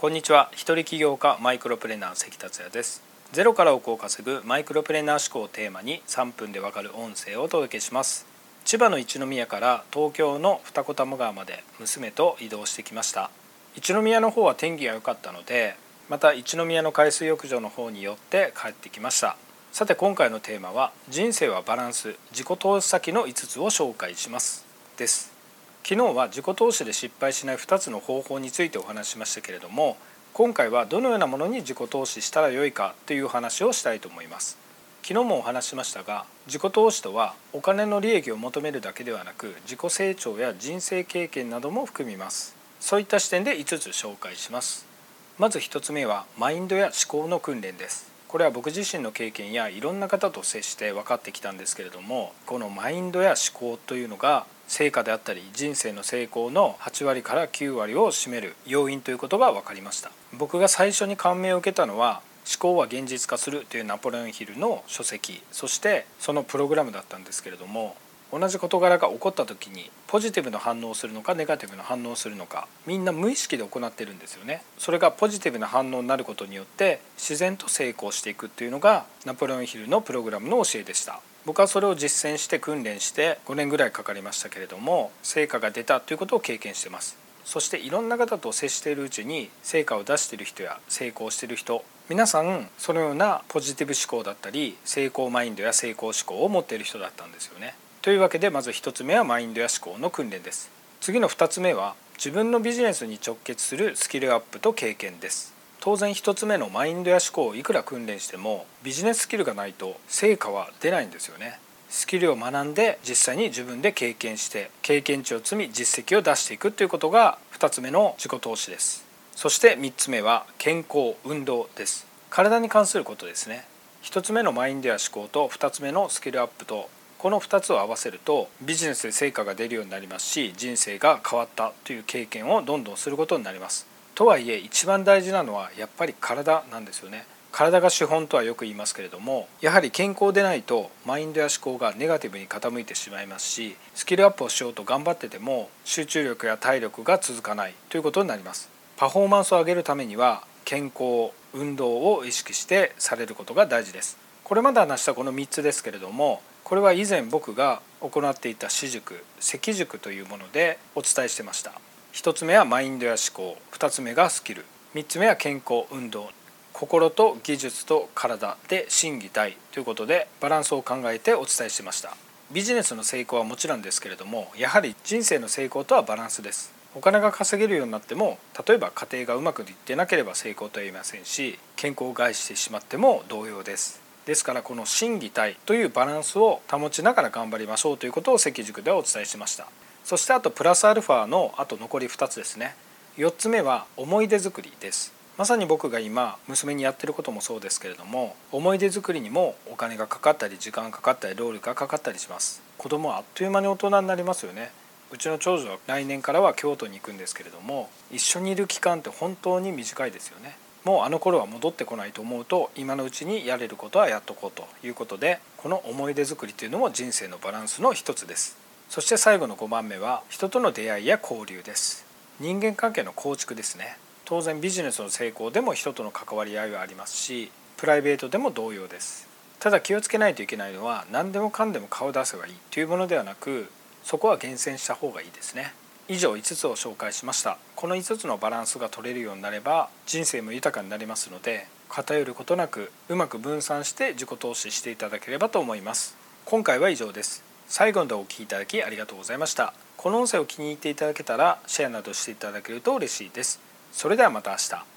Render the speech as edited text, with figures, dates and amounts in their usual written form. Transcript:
こんにちは。一人起業家マイクロプレーナー関達也です。ゼロから億を稼ぐマイクロプレーナー思考をテーマに3分でわかる音声をお届けします。千葉の一宮から東京の二子玉川まで娘と移動してきました。一宮の方は天気が良かったので、また一宮の海水浴場の方に寄って帰ってきました。さて今回のテーマは人生はバランス、自己投資先の5つを紹介しますです。昨日は自己投資で失敗しない2つの方法についてお話ししましたけれども、今回はどのようなものに自己投資したらよいかという話をしたいと思います。昨日もお話ししましたが、自己投資とはお金の利益を求めるだけではなく、自己成長や人生経験なども含みます。そういった視点で5つ紹介します。まず1つ目はマインドや思考の訓練です。これは僕自身の経験やいろんな方と接して分かってきたんですけれども、このマインドや思考というのが成果であったり人生の成功の8割から9割を占める要因ということが分かりました。僕が最初に感銘を受けたのは思考は現実化するというナポレオンヒルの書籍、そしてそのプログラムだったんですけれども、同じ事柄が起こった時にポジティブな反応をするのかネガティブな反応をするのか、みんな無意識で行ってるんですよね。それがポジティブな反応になることによって自然と成功していくっていうのがナポレオンヒルのプログラムの教えでした。僕はそれを実践して訓練して5年ぐらいかかりましたけれども、成果が出たということを経験しています。そしていろんな方と接しているうちに成果を出している人や成功している人、皆さんそのようなポジティブ思考だったり成功マインドや成功思考を持っている人だったんですよね。というわけでまず1つ目はマインドや思考の訓練です。次の2つ目は自分のビジネスに直結するスキルアップと経験です。当然1つ目のマインドや思考をいくら訓練してもビジネススキルがないと成果は出ないんですよね。スキルを学んで実際に自分で経験して経験値を積み実績を出していくということが2つ目の自己投資です。そして3つ目は健康運動です。体に関することですね。1つ目のマインドや思考と2つ目のスキルアップとこの2つを合わせるとビジネスで成果が出るようになりますし、人生が変わったという経験をどんどんすることになります。とはいえ一番大事なのはやっぱり体なんですよね。体が資本とはよく言いますけれども、やはり健康でないとマインドや思考がネガティブに傾いてしまいますし、スキルアップをしようと頑張ってても集中力や体力が続かないということになります。パフォーマンスを上げるためには健康運動を意識してされることが大事です。これまで話したこの3つですけれども、これは以前僕が行っていた私塾関塾というものでお伝えしてました。1つ目はマインドや思考、2つ目がスキル、3つ目は健康運動、心と技術と体で心技体ということでバランスを考えてお伝えしてました。ビジネスの成功はもちろんですけれども、やはり人生の成功とはバランスです。お金が稼げるようになっても、例えば家庭がうまくいってなければ成功とは言えませんし、健康を害してしまっても同様です。ですからこの心技体というバランスを保ちながら頑張りましょうということを関塾ではお伝えしました。そしてあとプラスアルファのあと残り2つですね。4つ目は思い出作りです。まさに僕が今娘にやってることもそうですけれども、思い出作りにもお金がかかったり時間がかかったり労力がかかったりします。子供はあっという間に大人になりますよね。うちの長女は来年からは京都に行くんですけれども、一緒にいる期間って本当に短いですよね。もうあの頃は戻ってこないと思うと、今のうちにやれることはやっとこうということで、この思い出作りというのも人生のバランスの一つです。そして最後の5番目は人との出会いや交流です。人間関係の構築ですね。当然ビジネスの成功でも人との関わり合いはありますし、プライベートでも同様です。ただ気をつけないといけないのは、何でもかんでも顔を出せばいいというものではなく、そこは厳選した方がいいですね。以上5つを紹介しました。この5つのバランスが取れるようになれば人生も豊かになりますので、偏ることなくうまく分散して自己投資していただければと思います。今回は以上です。最後までお聞きいただきありがとうございました。この音声を気に入っていただけたらシェアなどしていただけると嬉しいです。それではまた明日。